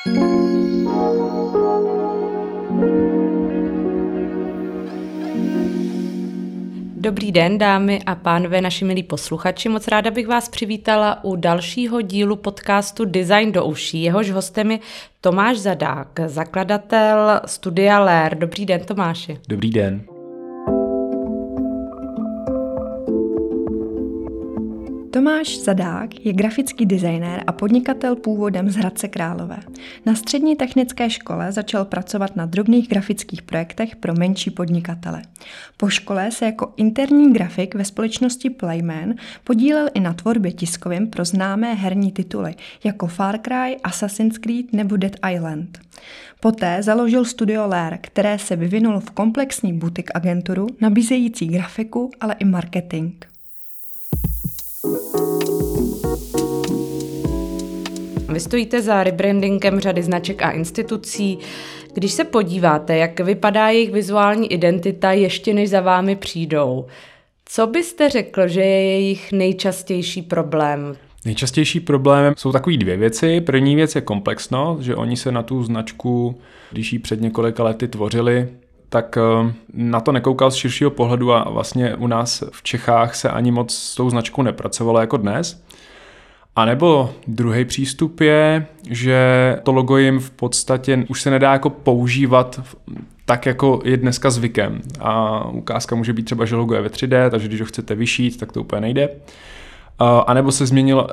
Dobrý den, dámy a pánové, naši milí posluchači. Moc ráda bych vás přivítala u dalšího dílu podcastu Design do uší. Jehož hostem je Tomáš Zadák, zakladatel studia LER. Dobrý den, Tomáši. Dobrý den. Tomáš Zadák je grafický designér a podnikatel původem z Hradce Králové. Na střední technické škole začal pracovat na drobných grafických projektech pro menší podnikatele. Po škole se jako interní grafik ve společnosti Playman podílel i na tvorbě tiskovin pro známé herní tituly jako Far Cry, Assassin's Creed nebo Dead Island. Poté založil studio LER, které se vyvinulo v komplexní butik agenturu nabízející grafiku, ale i marketing. Vy stojíte za rebrandingem řady značek a institucí. Když se podíváte, jak vypadá jejich vizuální identita ještě než za vámi přijdou, co byste řekl, že je jejich nejčastější problém? Nejčastější problém jsou takové dvě věci. První věc je komplexnost, že oni se na tu značku, když ji před několika lety tvořili, tak na to nekoukal z širšího pohledu a vlastně u nás v Čechách se ani moc s tou značkou nepracovalo jako dnes. A nebo druhý přístup je, že to logo jim v podstatě už se nedá jako používat tak, jako je dneska zvykem. A ukázka může být třeba, že logo je ve 3D, takže když ho chcete vyšít, tak to úplně nejde. A nebo se změnilo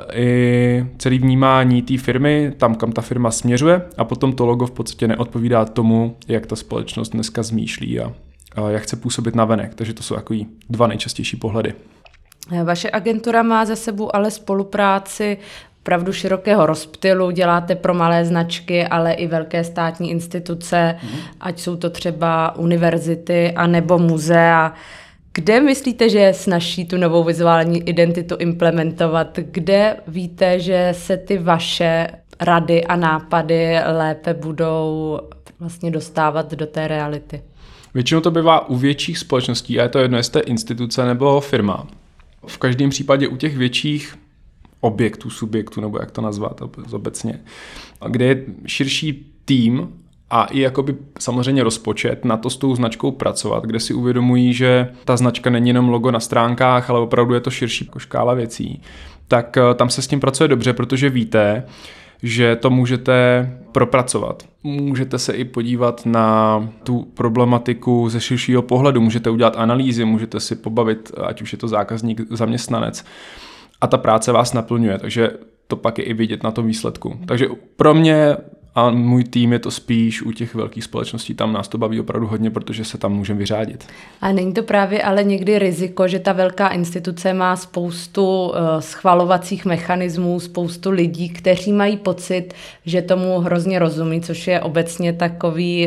i celé vnímání té firmy, tam, kam ta firma směřuje, a potom to logo v podstatě neodpovídá tomu, jak ta společnost dneska zmýšlí a jak chce působit navenek. Takže to jsou takový dva nejčastější pohledy. Vaše agentura má za sebou ale spolupráci opravdu širokého rozptylu, děláte pro malé značky, ale i velké státní instituce, ať jsou to třeba univerzity anebo muzea. Kde myslíte, že je snazší tu novou vizuální identitu implementovat? Kde víte, že se ty vaše rady a nápady lépe budou vlastně dostávat do té reality? Většinou to bývá u větších společností, a je to jedno, jestli je instituce nebo firma. V každém případě u těch větších objektů, subjektů, nebo jak to nazvat obecně, kde je širší tým a i jakoby samozřejmě rozpočet na to s tou značkou pracovat, kde si uvědomují, že ta značka není jenom logo na stránkách, ale opravdu je to širší škála věcí, tak tam se s tím pracuje dobře, protože víte, že to můžete propracovat. Můžete se i podívat na tu problematiku ze širšího pohledu, můžete udělat analýzy, můžete si pobavit, ať už je to zákazník, zaměstnanec. A ta práce vás naplňuje, takže to pak je i vidět na tom výsledku. Takže pro mě a můj tým je to spíš u těch velkých společností, tam nás to baví opravdu hodně, protože se tam můžeme vyřádit. A není to právě ale někdy riziko, že ta velká instituce má spoustu schvalovacích mechanismů, spoustu lidí, kteří mají pocit, že tomu hrozně rozumí, což je obecně takový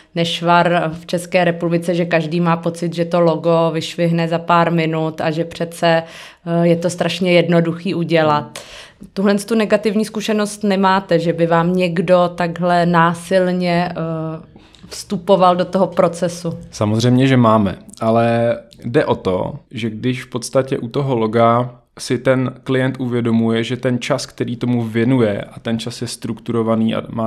nešvar v České republice, že každý má pocit, že to logo vyšvihne za pár minut a že přece je to strašně jednoduchý udělat. Tuhle tu negativní zkušenost nemáte, že by vám někdo takhle násilně vstupoval do toho procesu? Samozřejmě, že máme, ale jde o to, že když v podstatě u toho loga si ten klient uvědomuje, že ten čas, který tomu věnuje, a ten čas je strukturovaný a má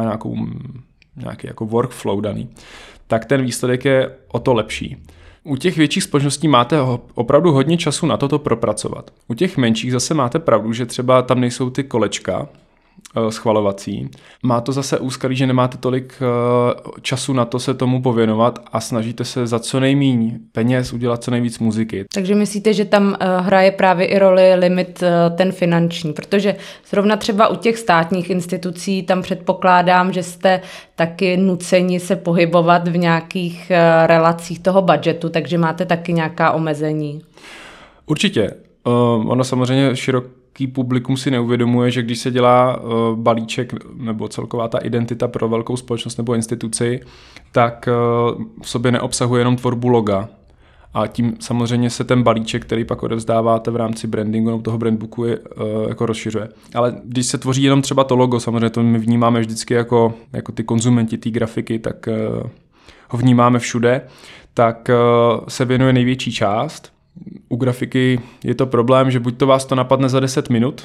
nějaký jako workflow daný, tak ten výsledek je o to lepší. U těch větších společností máte opravdu hodně času na to propracovat. U těch menších zase máte pravdu, že třeba tam nejsou ty kolečka schvalovací. Má to zase úskalí, že nemáte tolik času na to se tomu pověnovat a snažíte se za co nejméně peněz udělat co nejvíc muziky. Takže myslíte, že tam hraje právě i roli limit ten finanční, protože zrovna třeba u těch státních institucí tam předpokládám, že jste taky nuceni se pohybovat v nějakých relacích toho budgetu, takže máte taky nějaká omezení. Určitě. Ono samozřejmě široký publikum si neuvědomuje, že když se dělá balíček nebo celková ta identita pro velkou společnost nebo instituci, tak v sobě neobsahuje jenom tvorbu loga. A tím samozřejmě se ten balíček, který pak odevzdáváte v rámci brandingu nebo toho brandbooku, jako rozšiřuje. Ale když se tvoří jenom třeba to logo, samozřejmě to my vnímáme vždycky jako ty konzumenti té grafiky, tak ho vnímáme všude, tak se věnuje největší část. U grafiky je to problém, že buď to vás to napadne za 10 minut,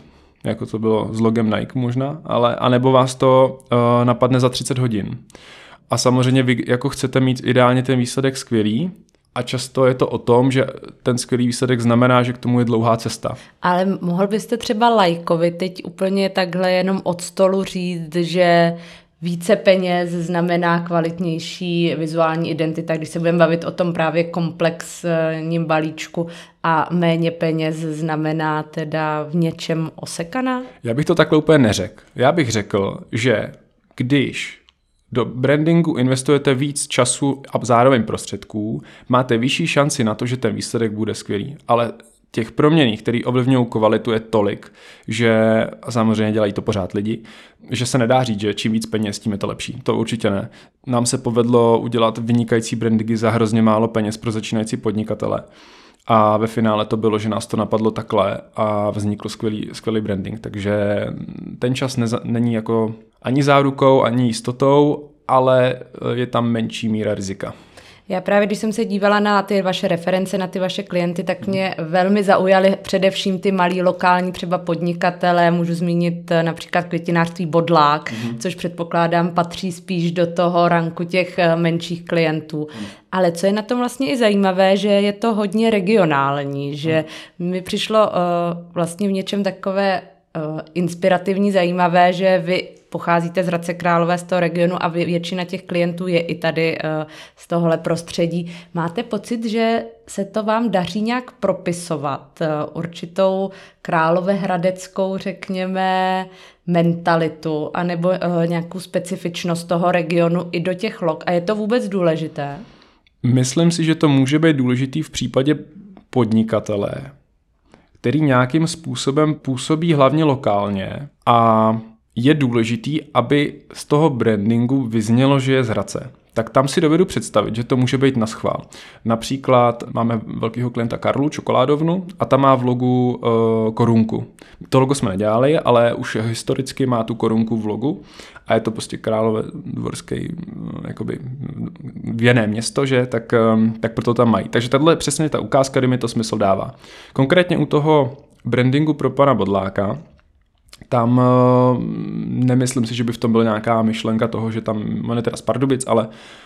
jako to bylo s logem Nike možná, anebo vás to napadne za 30 hodin. A samozřejmě vy jako chcete mít ideálně ten výsledek skvělý, a často je to o tom, že ten skvělý výsledek znamená, že k tomu je dlouhá cesta. Ale mohl byste třeba laikovi teď úplně takhle jenom od stolu říct, že více peněz znamená kvalitnější vizuální identita, když se budeme bavit o tom právě komplexním balíčku, a méně peněz znamená teda v něčem osekaná? Já bych to takhle úplně neřekl. Já bych řekl, že když do brandingu investujete víc času a zároveň prostředků, máte vyšší šanci na to, že ten výsledek bude skvělý. Ale těch proměnných, které ovlivňují kvalitu, je tolik, že samozřejmě dělají to pořád lidi, že se nedá říct, že čím víc peněz, tím je to lepší. To určitě ne. Nám se povedlo udělat vynikající brandingy za hrozně málo peněz pro začínající podnikatele. A ve finále to bylo, že nás to napadlo takhle a vznikl skvělý branding. Takže ten čas není jako ani zárukou, ani jistotou, ale je tam menší míra rizika. Já právě, když jsem se dívala na ty vaše reference, na ty vaše klienty, tak mě velmi zaujaly především ty malí lokální třeba podnikatelé. Můžu zmínit například květinářství Bodlák, což předpokládám patří spíš do toho ranku těch menších klientů. Ale co je na tom vlastně i zajímavé, že je to hodně regionální, že mi přišlo vlastně v něčem takové inspirativní, zajímavé, že vy pocházíte z Hradce Králové, z toho regionu, a většina těch klientů je i tady z tohohle prostředí. Máte pocit, že se to vám daří nějak propisovat určitou královéhradeckou, řekněme, mentalitu anebo nějakou specifičnost toho regionu i do těch log? A je to vůbec důležité? Myslím si, že to může být důležitý v případě podnikatele, který nějakým způsobem působí hlavně lokálně, a je důležitý, aby z toho brandingu vyznělo, že je z Hradce. Tak tam si dovedu představit, že to může být naschvál. Například máme velkého klienta Karlu, čokoládovnu, a ta má v logu korunku. To logo jsme nedělali, ale už historicky má tu korunku v logu a je to prostě královédvorský jakoby věné město, že? Tak proto tam mají. Takže tahle je přesně ta ukázka, kdy mi to smysl dává. Konkrétně u toho brandingu pro pana Bodláka, tam nemyslím si, že by v tom byla nějaká myšlenka toho, že tam, on je teda z Pardubic, ale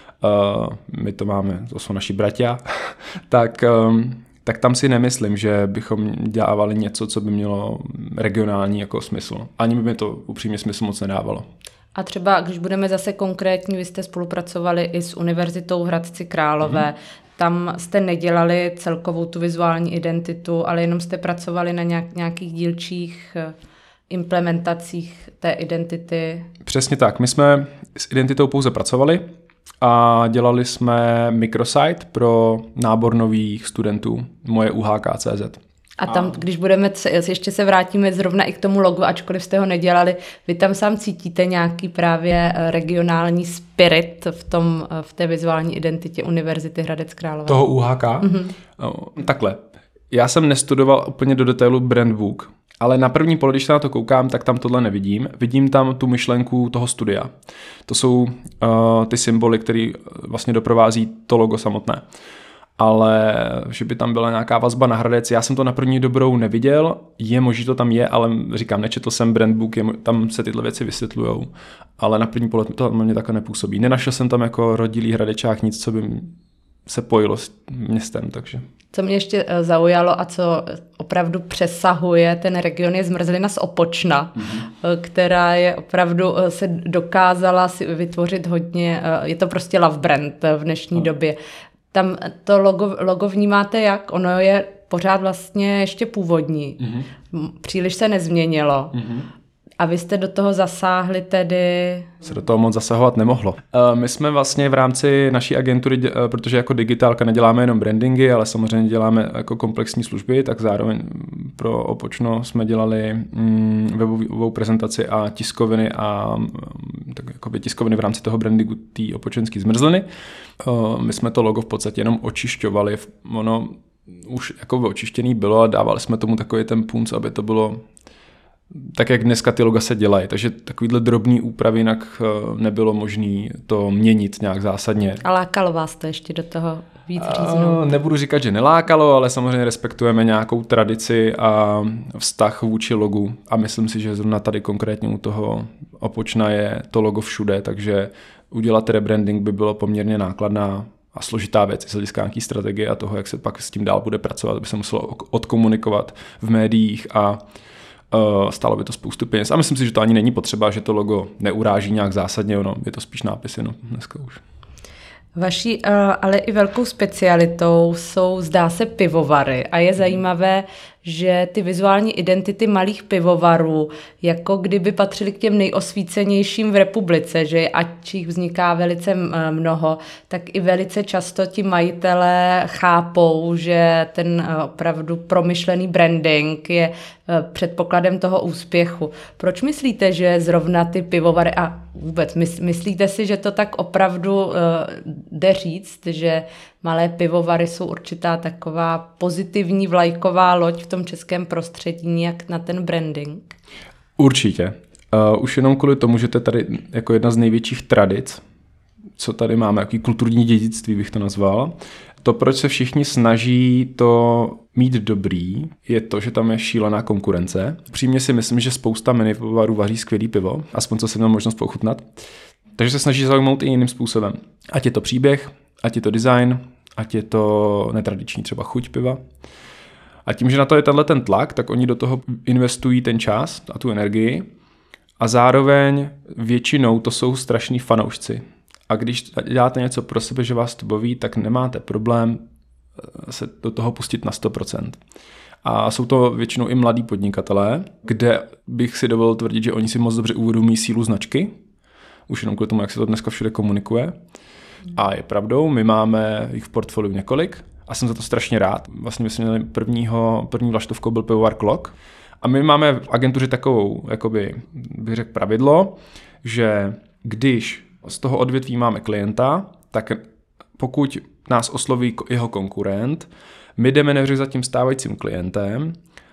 my to máme, to jsou naši bratia, tak tam si nemyslím, že bychom dělávali něco, co by mělo regionální jako smysl. Ani by mi to upřímně smysl moc nedávalo. A třeba, když budeme zase konkrétní, vy jste spolupracovali i s Univerzitou v Hradci Králové, tam jste nedělali celkovou tu vizuální identitu, ale jenom jste pracovali na nějakých dílčích implementacích té identity. Přesně tak. My jsme s identitou pouze pracovali a dělali jsme mikrosite pro nábor nových studentů, moje UHK.cz. A tam, když budeme, ještě se vrátíme zrovna i k tomu logu, ačkoliv jste ho nedělali, vy tam sám cítíte nějaký právě regionální spirit v té vizuální identitě Univerzity Hradec Králové? Toho UHK? Takhle. Já jsem nestudoval úplně do detailu brandbook, ale na první pohled, když se na to koukám, tak tam tohle nevidím. Vidím tam tu myšlenku toho studia. To jsou ty symboly, které vlastně doprovází to logo samotné. Ale že by tam byla nějaká vazba na Hradec, já jsem to na první dobrou neviděl, je možný, to tam je, ale říkám, nečetl jsem brandbook, tam se tyhle věci vysvětlujou, ale na první pohled to mě takhle nepůsobí. Nenašel jsem tam jako rodilý Hradečák nic, co by se pojilo s městem, takže... Co mě ještě zaujalo a co opravdu přesahuje ten region, je zmrzlina z Opočna, která je opravdu, se dokázala si vytvořit hodně, je to prostě love brand v dnešní době. Tam to logo vnímáte jak? Ono je pořád vlastně ještě původní. Příliš se nezměnilo. A vy jste do toho zasáhli tedy? Se do toho moc zasahovat nemohlo. My jsme vlastně v rámci naší agentury, protože jako digitálka neděláme jenom brandingy, ale samozřejmě děláme jako komplexní služby, tak zároveň pro Opočno jsme dělali webovou prezentaci a tiskoviny a tak jakoby tiskoviny v rámci toho brandingu té opočenské zmrzliny. My jsme to logo v podstatě jenom očišťovali. Ono už jako očištěný bylo a dávali jsme tomu takový ten punc, aby to bylo tak, jak dneska ty loga se dělají. Takže takovýhle drobný úpravy, jinak nebylo možné to měnit nějak zásadně. A lákalo vás to ještě do toho víc říznout? Nebudu říkat, že nelákalo, ale samozřejmě respektujeme nějakou tradici a vztah vůči logu a myslím si, že zrovna tady konkrétně u toho Opočna je to logo všude, takže udělat rebranding by bylo poměrně nákladná a složitá věc z hlediska nějaký strategie a toho, jak se pak s tím dál bude pracovat, by se muselo odkomunikovat v médiích a stálo by to spoustu peněz. A myslím si, že to ani není potřeba, že to logo neuráží nějak zásadně, je to spíš nápisy, dneska už. Vaší ale i velkou specialitou jsou, zdá se, pivovary a je zajímavé, že ty vizuální identity malých pivovarů jako kdyby patřily k těm nejosvícenějším v republice, že ač jich vzniká velice mnoho, tak i velice často ti majitelé chápou, že ten opravdu promyšlený branding je předpokladem toho úspěchu. Proč myslíte, že zrovna ty pivovary a vůbec myslíte si, že to tak opravdu jde říct, že malé pivovary jsou určitá taková pozitivní vlajková loď v tom českém prostředí nějak na ten branding? Určitě. Už jenom kvůli tomu, že to je tady jako jedna z největších tradic, co tady máme, jaký kulturní dědictví bych to nazval. To, proč se všichni snaží to mít dobrý, je to, že tam je šílená konkurence. Přímě si myslím, že spousta minipivovarů vaří skvělý pivo, aspoň co jsem měl možnost pochutnat. Takže se snaží zaujmout i jiným způsobem. Ať je to příběh, ať je to design, ať je to netradiční třeba chuť piva. A tím, že na to je tenhle ten tlak, tak oni do toho investují ten čas a tu energii a zároveň většinou to jsou strašní fanoušci. A když děláte něco pro sebe, že vás to baví, tak nemáte problém se do toho pustit na 100%. A jsou to většinou i mladí podnikatelé, kde bych si dovolil tvrdit, že oni si moc dobře uvědomují sílu značky, už jenom kvůli tomu, jak se to dneska všude komunikuje. A je pravdou, my máme jich v portfoliu několik a jsem za to strašně rád. Vlastně my jsme měli první vlaštovkou byl pivovar Klok a my máme v agentuře takovou, jakoby, bych řekl pravidlo, že když z toho odvětví máme klienta, tak pokud nás osloví jeho konkurent, my jdeme nejdřív za tím stávajícím klientem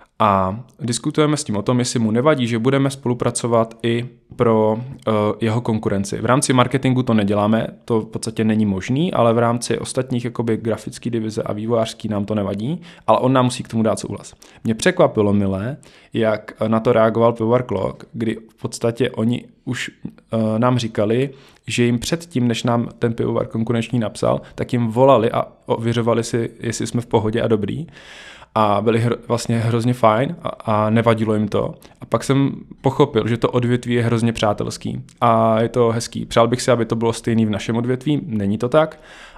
a diskutujeme s tím o tom, jestli mu nevadí, že budeme spolupracovat i pro jeho konkurenci. V rámci marketingu to neděláme, to v podstatě není možný, ale v rámci ostatních jakoby grafické divize a vývojářský nám to nevadí, ale on nám musí k tomu dát souhlas. Mě překvapilo milé, jak na to reagoval pivovar Klok, kdy v podstatě oni už nám říkali, že jim předtím, než nám ten pivovar konkurenční napsal, tak jim volali a ověřovali si, jestli jsme v pohodě a dobrý. A byli vlastně hrozně fajn a nevadilo jim to. A pak jsem pochopil, že to odvětví je hrozně přátelský a je to hezký. Přál bych si, aby to bylo stejný v našem odvětví, není to tak,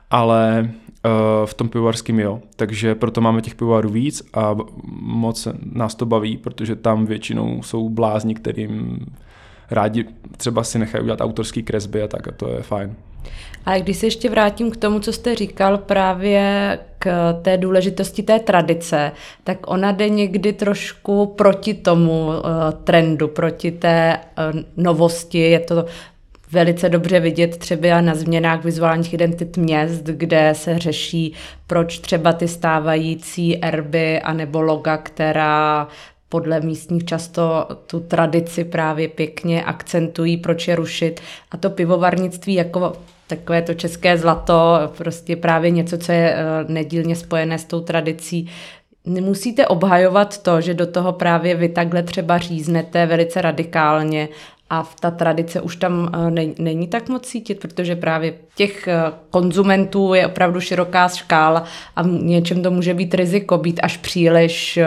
ale v tom pivovarském jo. Takže proto máme těch pivovarů víc a moc nás to baví, protože tam většinou jsou blázni, kterým rádi třeba si nechají udělat autorský kresby a tak a to je fajn. Ale když se ještě vrátím k tomu, co jste říkal právě k té důležitosti té tradice, tak ona jde někdy trošku proti tomu trendu, proti té novosti. Je to velice dobře vidět třeba na změnách vizuálních identit měst, kde se řeší, proč třeba ty stávající erby anebo loga, která podle místních často tu tradici právě pěkně akcentují, proč je rušit. A to pivovarnictví jako takové to české zlato, prostě právě něco, co je nedílně spojené s tou tradicí. Nemusíte obhajovat to, že do toho právě vy takhle třeba říznete velice radikálně a ta tradice už tam není tak moc cítit, protože právě těch konzumentů je opravdu široká škála a v něčem to může být riziko, být až příliš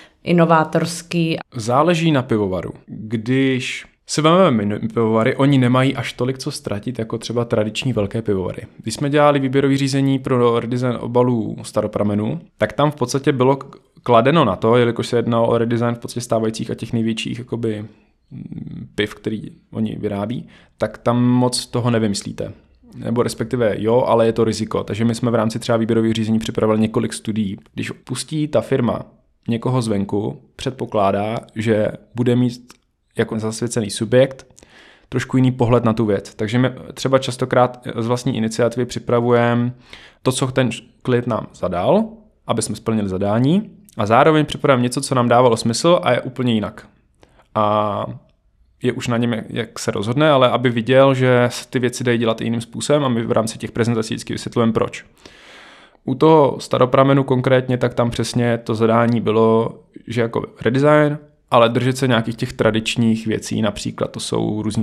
inovátorský. Záleží na pivovaru. Když se vezmeme pivovary, oni nemají až tolik co ztratit jako třeba tradiční velké pivovary. Když jsme dělali výběrové řízení pro redesign obalů Staropramenu, tak tam v podstatě bylo kladeno na to, jelikož se jednalo o redesign v podstatě stávajících a těch největších jakoby piv, který oni vyrábí, tak tam moc toho nevymyslíte. Nebo respektive jo, ale je to riziko. Takže my jsme v rámci třeba výběrových řízení připravili několik studií. Když pustí ta firma někoho zvenku, předpokládá, že bude mít jako zasvěcený subjekt trošku jiný pohled na tu věc. Takže my třeba častokrát z vlastní iniciativy připravujeme to, co ten klient nám zadal, aby jsme splnili zadání a zároveň připravujeme něco, co nám dávalo smysl a je úplně jinak. A je už na něm, jak se rozhodne, ale aby viděl, že ty věci dají dělat jiným způsobem a my v rámci těch prezentací vždycky vysvětlujeme proč. U toho Staropramenu konkrétně, tak tam přesně to zadání bylo, že jako redesign, ale držet se nějakých těch tradičních věcí, například to jsou různý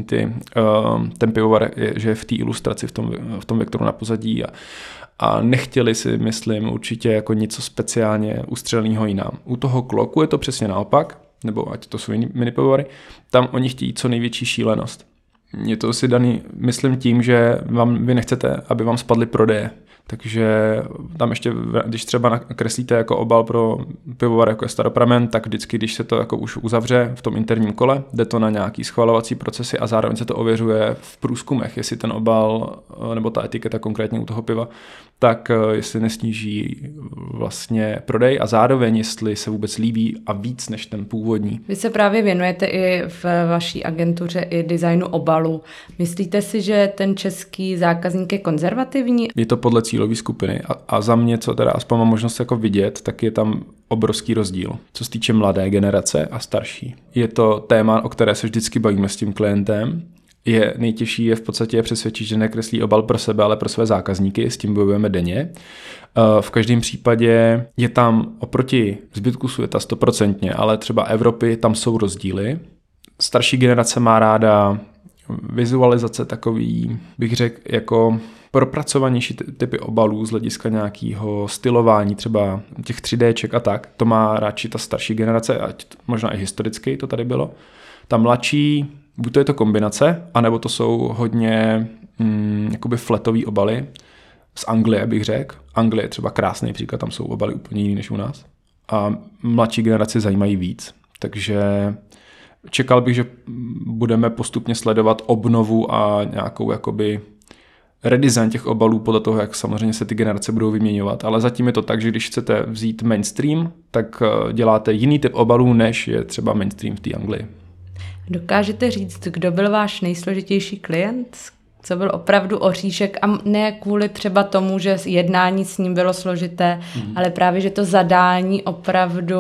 ten pivovar, že je v té ilustraci v tom vektoru na pozadí a nechtěli si, myslím, určitě jako něco speciálně ustřelného jinam. U toho Kloku je to přesně naopak, nebo ať to jsou jiný minipivovary, tam oni chtějí co největší šílenost. Je to si daný, myslím, tím, že vy nechcete, aby vám spadly prodeje. Takže tam ještě, když třeba nakreslíte jako obal pro pivovar, jako je Staropramen, tak vždycky, když se to jako už uzavře v tom interním kole, jde to na nějaký schvalovací procesy a zároveň se to ověřuje v průzkumech, jestli ten obal nebo ta etiketa konkrétně u toho piva, tak jestli nesníží vlastně prodej a zároveň jestli se vůbec líbí a víc než ten původní. Vy se právě věnujete i v vaší agentuře i designu obalu. Myslíte si, že ten český zákazník je konzervativní? Je to podle cílové skupiny a za mě, co teda aspoň mám možnost jako vidět, tak je tam obrovský rozdíl, co se týče mladé generace a starší. Je to téma, o které se vždycky bavíme s tím klientem. Nejtěžší je v podstatě přesvědčit, že nekreslí obal pro sebe, ale pro své zákazníky, s tím bojujeme denně. V každém případě je tam oproti zbytku světa 100%, ale třeba Evropy, tam jsou rozdíly. Starší generace má ráda vizualizace takový, bych řekl, jako propracovanější typy obalů z hlediska nějakého stylování, třeba těch 3Dček a tak. To má radši ta starší generace, ať možná i historicky to tady bylo. Ta mladší, buď to je to kombinace, anebo to jsou hodně jakoby fletový obaly z Anglie, bych řekl. Anglie je třeba krásný příklad, tam jsou obaly úplně jiný než u nás. A mladší generaci zajímají víc. Takže čekal bych, že budeme postupně sledovat obnovu a nějakou jakoby redesign těch obalů podle toho, jak samozřejmě se ty generace budou vyměňovat. Ale zatím je to tak, že když chcete vzít mainstream, tak děláte jiný typ obalů, než je třeba mainstream v té Anglii. Dokážete říct, kdo byl váš nejsložitější klient? Co byl opravdu oříšek a ne kvůli třeba tomu, že jednání s ním bylo složité, ale právě, že to zadání opravdu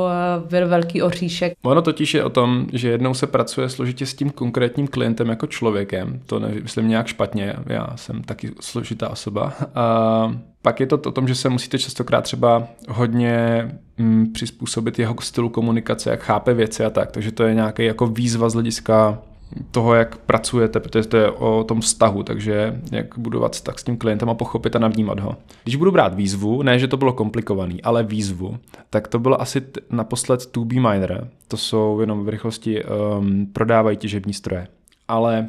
byl velký oříšek. Ono totiž je o tom, že jednou se pracuje složitě s tím konkrétním klientem jako člověkem, to nemyslím nějak špatně, já jsem taky složitá osoba. A pak je to o tom, že se musíte častokrát třeba hodně přizpůsobit jeho stylu komunikace, jak chápe věci a tak, takže to je nějaký jako výzva z hlediska toho, jak pracujete, protože to je o tom vztahu, takže jak budovat vztah s tím klientem a pochopit a navnímat ho. Když budu brát výzvu, ne, že to bylo komplikovaný, ale výzvu, tak to bylo asi naposled 2B Miner, to jsou jenom v rychlosti prodávají těžební stroje. Ale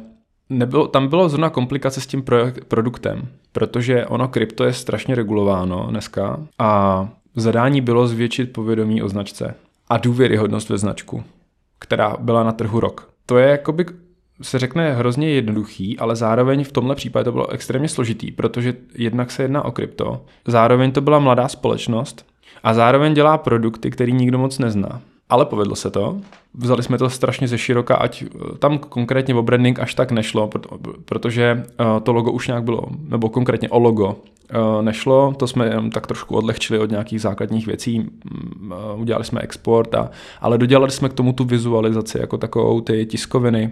tam bylo zrovna komplikace s tím produktem, protože ono krypto je strašně regulováno dneska a zadání bylo zvětšit povědomí o značce a důvěryhodnost ve značku, která byla na trhu rok. To je jakoby, se řekne, hrozně jednoduchý, ale zároveň v tomhle případě to bylo extrémně složitý, protože jednak se jedná o krypto, zároveň to byla mladá společnost a zároveň dělá produkty, který nikdo moc nezná. Ale povedlo se to. Vzali jsme to strašně ze široka, ať tam konkrétně o branding až tak nešlo, protože to logo už nějak bylo, nebo konkrétně o logo nešlo, to jsme jenom tak trošku odlehčili od nějakých základních věcí, udělali jsme export, ale dodělali jsme k tomu tu vizualizaci jako takovou ty tiskoviny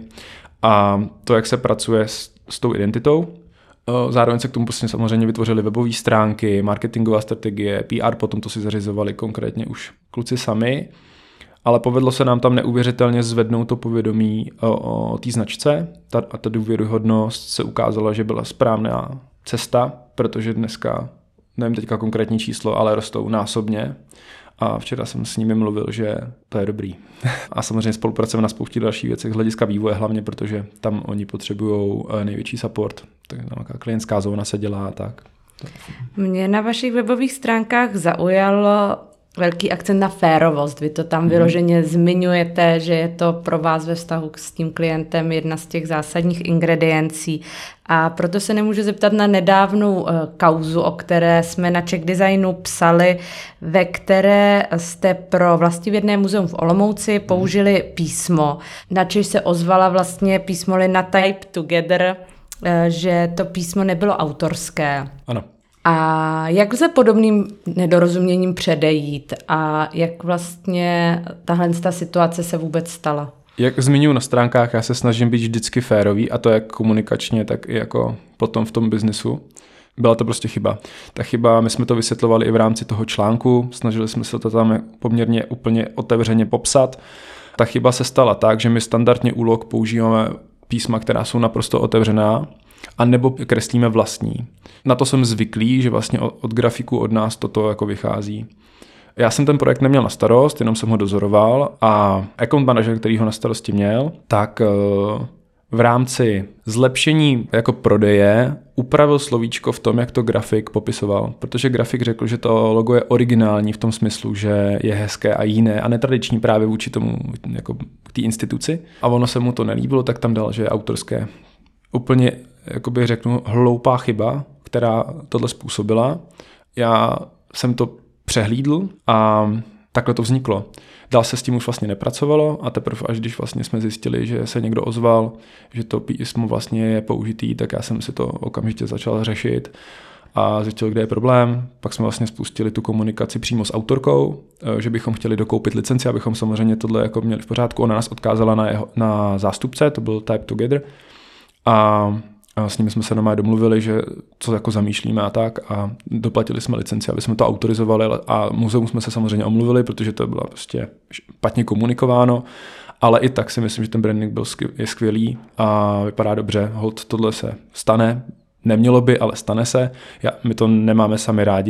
a to, jak se pracuje s tou identitou. Zároveň se k tomu prostě samozřejmě vytvořili webové stránky, marketingová strategie, PR, potom to si zařizovali konkrétně už kluci sami. Ale povedlo se nám tam neuvěřitelně zvednout to povědomí o té značce a ta důvěryhodnost se ukázala, že byla správná cesta, protože dneska, nevím teďka konkrétní číslo, ale rostou násobně a včera jsem s nimi mluvil, že to je dobrý. A samozřejmě spolupracujeme na spoustě dalších věcech z hlediska vývoje hlavně, protože tam oni potřebují největší support, tak nějaká klientská zóna se dělá a tak. Mě na vašich webových stránkách zaujalo velký akcent na férovost. Vy to tam vyloženě zmiňujete, že je to pro vás ve vztahu s tím klientem jedna z těch zásadních ingrediencí. A proto se nemůžu zeptat na nedávnou kauzu, o které jsme na Czech Designu psali, ve které jste pro Vlastivědné muzeum v Olomouci použili písmo. Načež se ozvala vlastně písmo Lina Type Together, že to písmo nebylo autorské. Ano. A jak lze podobným nedorozuměním předejít a jak vlastně tahle situace se vůbec stala? Jak zmiňuji na stránkách, já se snažím být vždycky férový a to jak komunikačně, tak i jako potom v tom biznesu. Byla to prostě chyba. Ta chyba, my jsme to vysvětlovali i v rámci toho článku, snažili jsme se to tam poměrně úplně otevřeně popsat. Ta chyba se stala tak, že my standardně u log používáme písma, která jsou naprosto otevřená, a nebo kreslíme vlastní. Na to jsem zvyklý, že vlastně od grafiků od nás toto jako vychází. Já jsem ten projekt neměl na starost, jenom jsem ho dozoroval a account manager, který ho na starosti měl, tak v rámci zlepšení jako prodeje upravil slovíčko v tom, jak to grafik popisoval. Protože grafik řekl, že to logo je originální v tom smyslu, že je hezké a jiné a netradiční právě vůči tomu, jako k té instituci. A ono se mu to nelíbilo, tak tam dal, že je autorské. Úplně, jakoby řeknu, hloupá chyba, která tohle způsobila. Já jsem to přehlídl a takhle to vzniklo. Dál se s tím už vlastně nepracovalo a teprve až když vlastně jsme zjistili, že se někdo ozval, že to písmo vlastně je použitý, tak já jsem si to okamžitě začal řešit a zjistil, kde je problém. Pak jsme vlastně spustili tu komunikaci přímo s autorkou, že bychom chtěli dokoupit licenci, abychom samozřejmě tohle jako měli v pořádku. Ona nás odkázala na zástupce, to byl Type Together a s nimi jsme se normálně domluvili, že co jako zamýšlíme a tak a doplatili jsme licenci, aby jsme to autorizovali a muzeum jsme se samozřejmě omluvili, protože to bylo prostě špatně komunikováno, ale i tak si myslím, že ten branding je skvělý a vypadá dobře. Holt tohle se stane, nemělo by, ale stane se. My to nemáme sami rádi,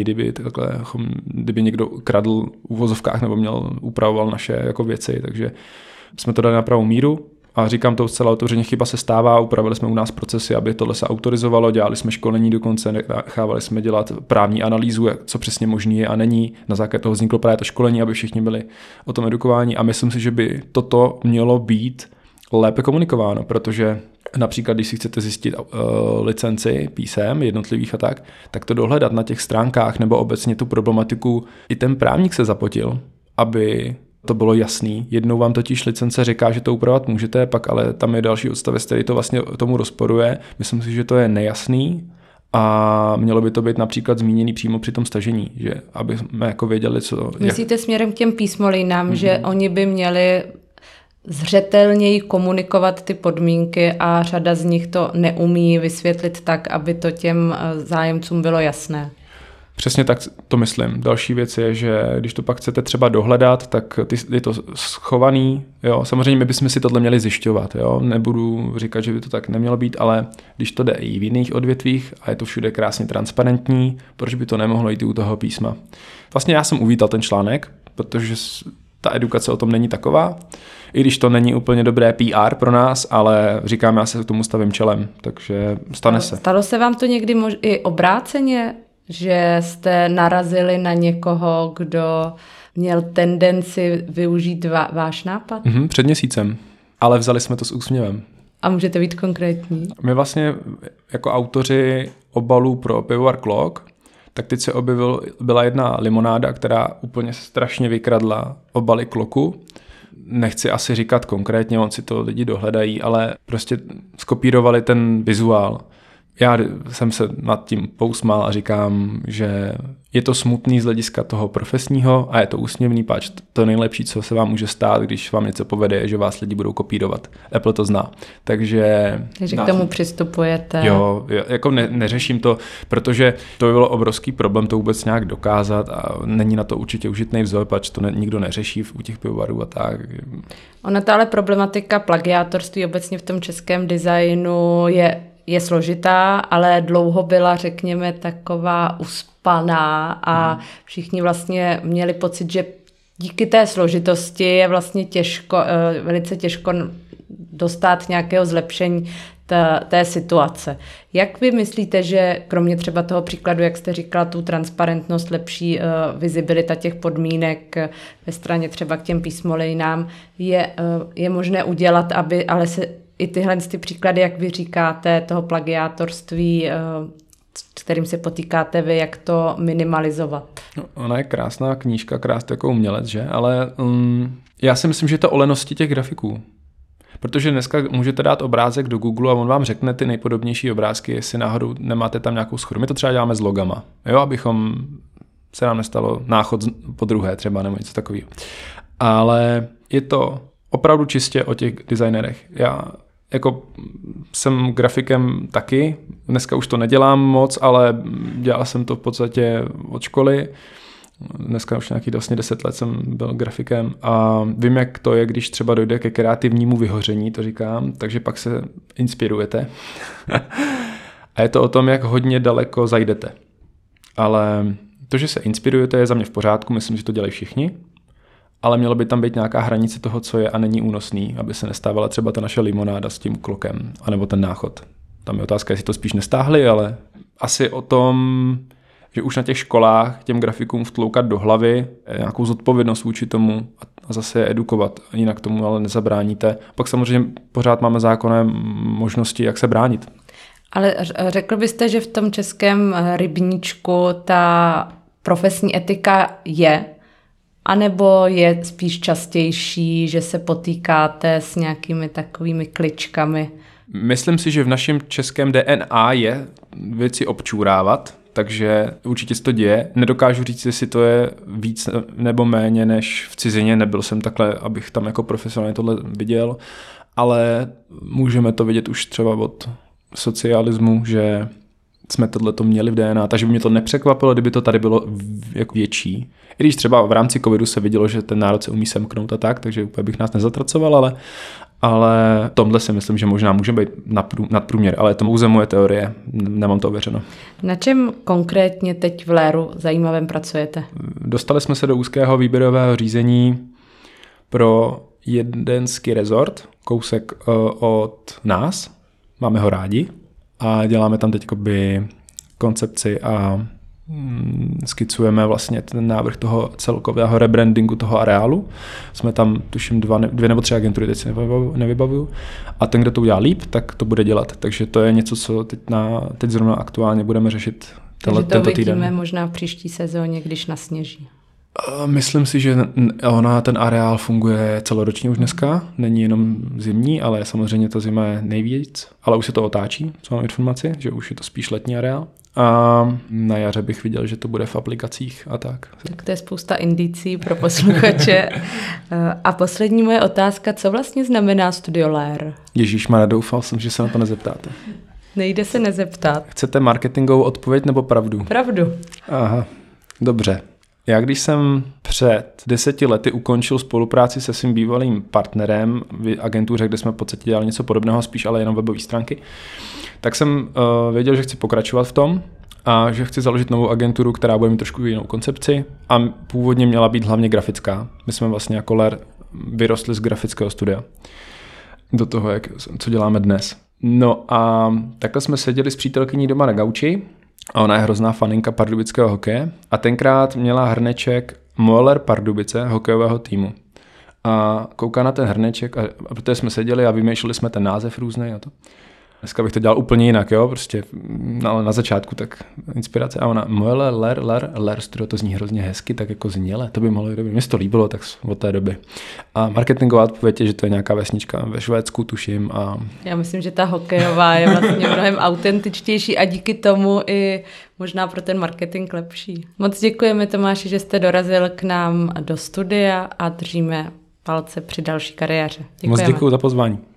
kdyby někdo kradl v uvozovkách nebo upravoval naše jako věci, takže jsme to dali na pravou míru. A říkám to zcela otevřeně, chyba se stává, upravili jsme u nás procesy, aby tohle se autorizovalo, dělali jsme školení dokonce, nechávali jsme dělat právní analýzu, co přesně možný je a není. Na základě toho vzniklo právě to školení, aby všichni byli o tom edukováni a myslím si, že by toto mělo být lépe komunikováno, protože například, když si chcete zjistit licenci písem jednotlivých a tak to dohledat na těch stránkách nebo obecně tu problematiku, i ten právník se zapotil, aby to bylo jasný. Jednou vám totiž licence říká, že to upravovat můžete, pak ale tam je další odstavec, který to vlastně tomu rozporuje. Myslím si, že to je nejasný a mělo by to být například zmíněný přímo při tom stažení, že aby jsme jako věděli, co... Myslíte směrem k těm písmolinám, že oni by měli zřetelněji komunikovat ty podmínky a řada z nich to neumí vysvětlit tak, aby to těm zájemcům bylo jasné? Přesně tak to myslím. Další věc je, že když to pak chcete třeba dohledat, tak je to schovaný. Jo? Samozřejmě my bychom si tohle měli zjišťovat. Jo? Nebudu říkat, že by to tak nemělo být, ale když to jde i v jiných odvětvích a je to všude krásně transparentní, proč by to nemohlo jít i u toho písma? Vlastně já jsem uvítal ten článek, protože ta edukace o tom není taková, i když to není úplně dobré PR pro nás, ale říkám, já se k tomu stavím čelem, takže stane se. Stalo se vám to někdy i obráceně, že jste narazili na někoho, kdo měl tendenci využít váš nápad? Před měsícem, ale vzali jsme to s úsměvem. A můžete být konkrétní? My vlastně jako autoři obalů pro pivovar Klok, tak teď se byla jedna limonáda, která úplně strašně vykradla obaly Kloku. Nechci asi říkat konkrétně, on si to lidi dohledají, ale prostě skopírovali ten vizuál. Já jsem se nad tím pousmál a říkám, že je to smutný z hlediska toho profesního a je to úsměvný, páč to nejlepší, co se vám může stát, když vám něco povede, je, že vás lidi budou kopírovat. Apple to zná. Takže k tomu přistupujete. Jo, jako neřeším to, protože to by bylo obrovský problém to vůbec nějak dokázat a není na to určitě užitný vzor, pač to nikdo neřeší u těch pivovarů a tak. Ona ta ale problematika plagiátorství obecně v tom českém designu je složitá, ale dlouho byla, řekněme, taková uspaná a všichni vlastně měli pocit, že díky té složitosti je vlastně velice těžko dostat nějakého zlepšení té situace. Jak vy myslíte, že kromě třeba toho příkladu, jak jste říkala, tu transparentnost, lepší vizibilita těch podmínek ve straně třeba k těm písmolinám je možné udělat, aby ale se i tyhle ty příklady, jak vy říkáte, toho plagiátorství, s kterým se potýkáte vy, jak to minimalizovat? No, ona je krásná knížka, krásný jako umělec, že? Ale já si myslím, že je to o lenosti těch grafiků. Protože dneska můžete dát obrázek do Google a on vám řekne ty nejpodobnější obrázky, jestli náhodou nemáte tam nějakou schodu. My to třeba děláme s logama, jo? Abychom se nám nestalo náchod po druhé třeba nebo něco takového. Ale je to opravdu čistě o těch designerech. Já jako jsem grafikem taky, Dneska už to nedělám moc, ale dělal jsem to v podstatě od školy. Dneska už nějakých vlastně 10 let jsem byl grafikem a vím, jak to je, když třeba dojde ke kreativnímu vyhoření, to říkám, takže pak se inspirujete. A je to o tom, jak hodně daleko zajdete. Ale to, že se inspirujete, je za mě v pořádku, myslím, že to dělají všichni, ale mělo by tam být nějaká hranice toho, co je a není únosný, aby se nestávala třeba ta naše limonáda s tím klokem, anebo ten náchod. Tam je otázka, jestli to spíš nestáhli, ale asi o tom, že už na těch školách těm grafikům vtloukat do hlavy nějakou zodpovědnost vůči tomu a zase je edukovat. Jinak tomu ale nezabráníte. Pak samozřejmě pořád máme zákonné možnosti, jak se bránit. Ale řekl byste, že v tom českém rybníčku ta profesní etika je? Anebo je spíš častější, že se potýkáte s nějakými takovými kličkami? Myslím si, že v našem českém DNA je věci občůrávat, takže určitě se to děje. Nedokážu říct, jestli to je víc nebo méně než v cizině. Nebyl jsem takhle, abych tam jako profesionálně tohle viděl, ale můžeme to vidět už třeba od socialismu, že jsme tohleto měli v DNA, takže by mě to nepřekvapilo, kdyby to tady bylo jako větší. I když třeba v rámci covidu se vidělo, že ten národ se umí semknout a tak, takže úplně bych nás nezatracoval, ale tomhle si myslím, že možná může být nadprůměr, ale to pouze moje teorie, nemám to ověřeno. Na čem konkrétně teď v Léru zajímavém pracujete? Dostali jsme se do úzkého výběrového řízení pro jeden ski resort, kousek od nás, máme ho rádi a děláme tam teď koncepci a skicujeme vlastně ten návrh toho celkového rebrandingu toho areálu. Jsme tam, tuším, 2 nebo 3 agentury, teď si nevybavuju. A ten, kdo to udělá líp, tak to bude dělat. Takže to je něco, co teď zrovna aktuálně budeme řešit tento týden. Takže to vidíme možná v příští sezóně, když nasněží. Myslím si, že ten areál funguje celoročně už dneska. Není jenom zimní, ale samozřejmě ta zima je nejvíc. Ale už se to otáčí, co mám informaci, že už je to spíš letní areál. A na jaře bych viděl, že to bude v aplikacích a tak. Tak to je spousta indicí pro posluchače. A poslední moje otázka, co vlastně znamená Studio Lér? Ježíšmarja, doufal jsem, že se na to nezeptáte. Nejde se nezeptat. Chcete marketingovou odpověď nebo pravdu? Pravdu. Aha, dobře. Já když jsem před 10 lety ukončil spolupráci se svým bývalým partnerem v agentuře, kde jsme v podstatě dělali něco podobného, spíš ale jenom webové stránky, tak jsem věděl, že chci pokračovat v tom a že chci založit novou agenturu, která bude mít trošku jinou koncepci a původně měla být hlavně grafická. My jsme vlastně jako Lér vyrostli z grafického studia do toho, co děláme dnes. No a takhle jsme seděli s přítelkyní doma na gauči a ona je hrozná faninka pardubického hokeje a tenkrát měla hrneček Moeller Pardubice hokejového týmu. A kouká na ten hrneček a protože jsme seděli a vymýšleli jsme ten název různý a to. Dneska bych to dělal úplně jinak, jo, prostě, ale na začátku tak inspirace a ona Moeller, Lér Studio, to zní hrozně hezky, tak jako zněle, to by mohlo být dobrý. Mně se to líbilo tak od té doby. A marketingová odpověď je, že to je nějaká vesnička ve Švédsku, tuším. A... Já myslím, že ta hokejová je vlastně mnohem autentičtější a díky tomu i možná pro ten marketing lepší. Moc děkujeme, Tomáši, že jste dorazil k nám do studia a držíme palce při další kariéře. Děkujeme. Moc děkuju za pozvání.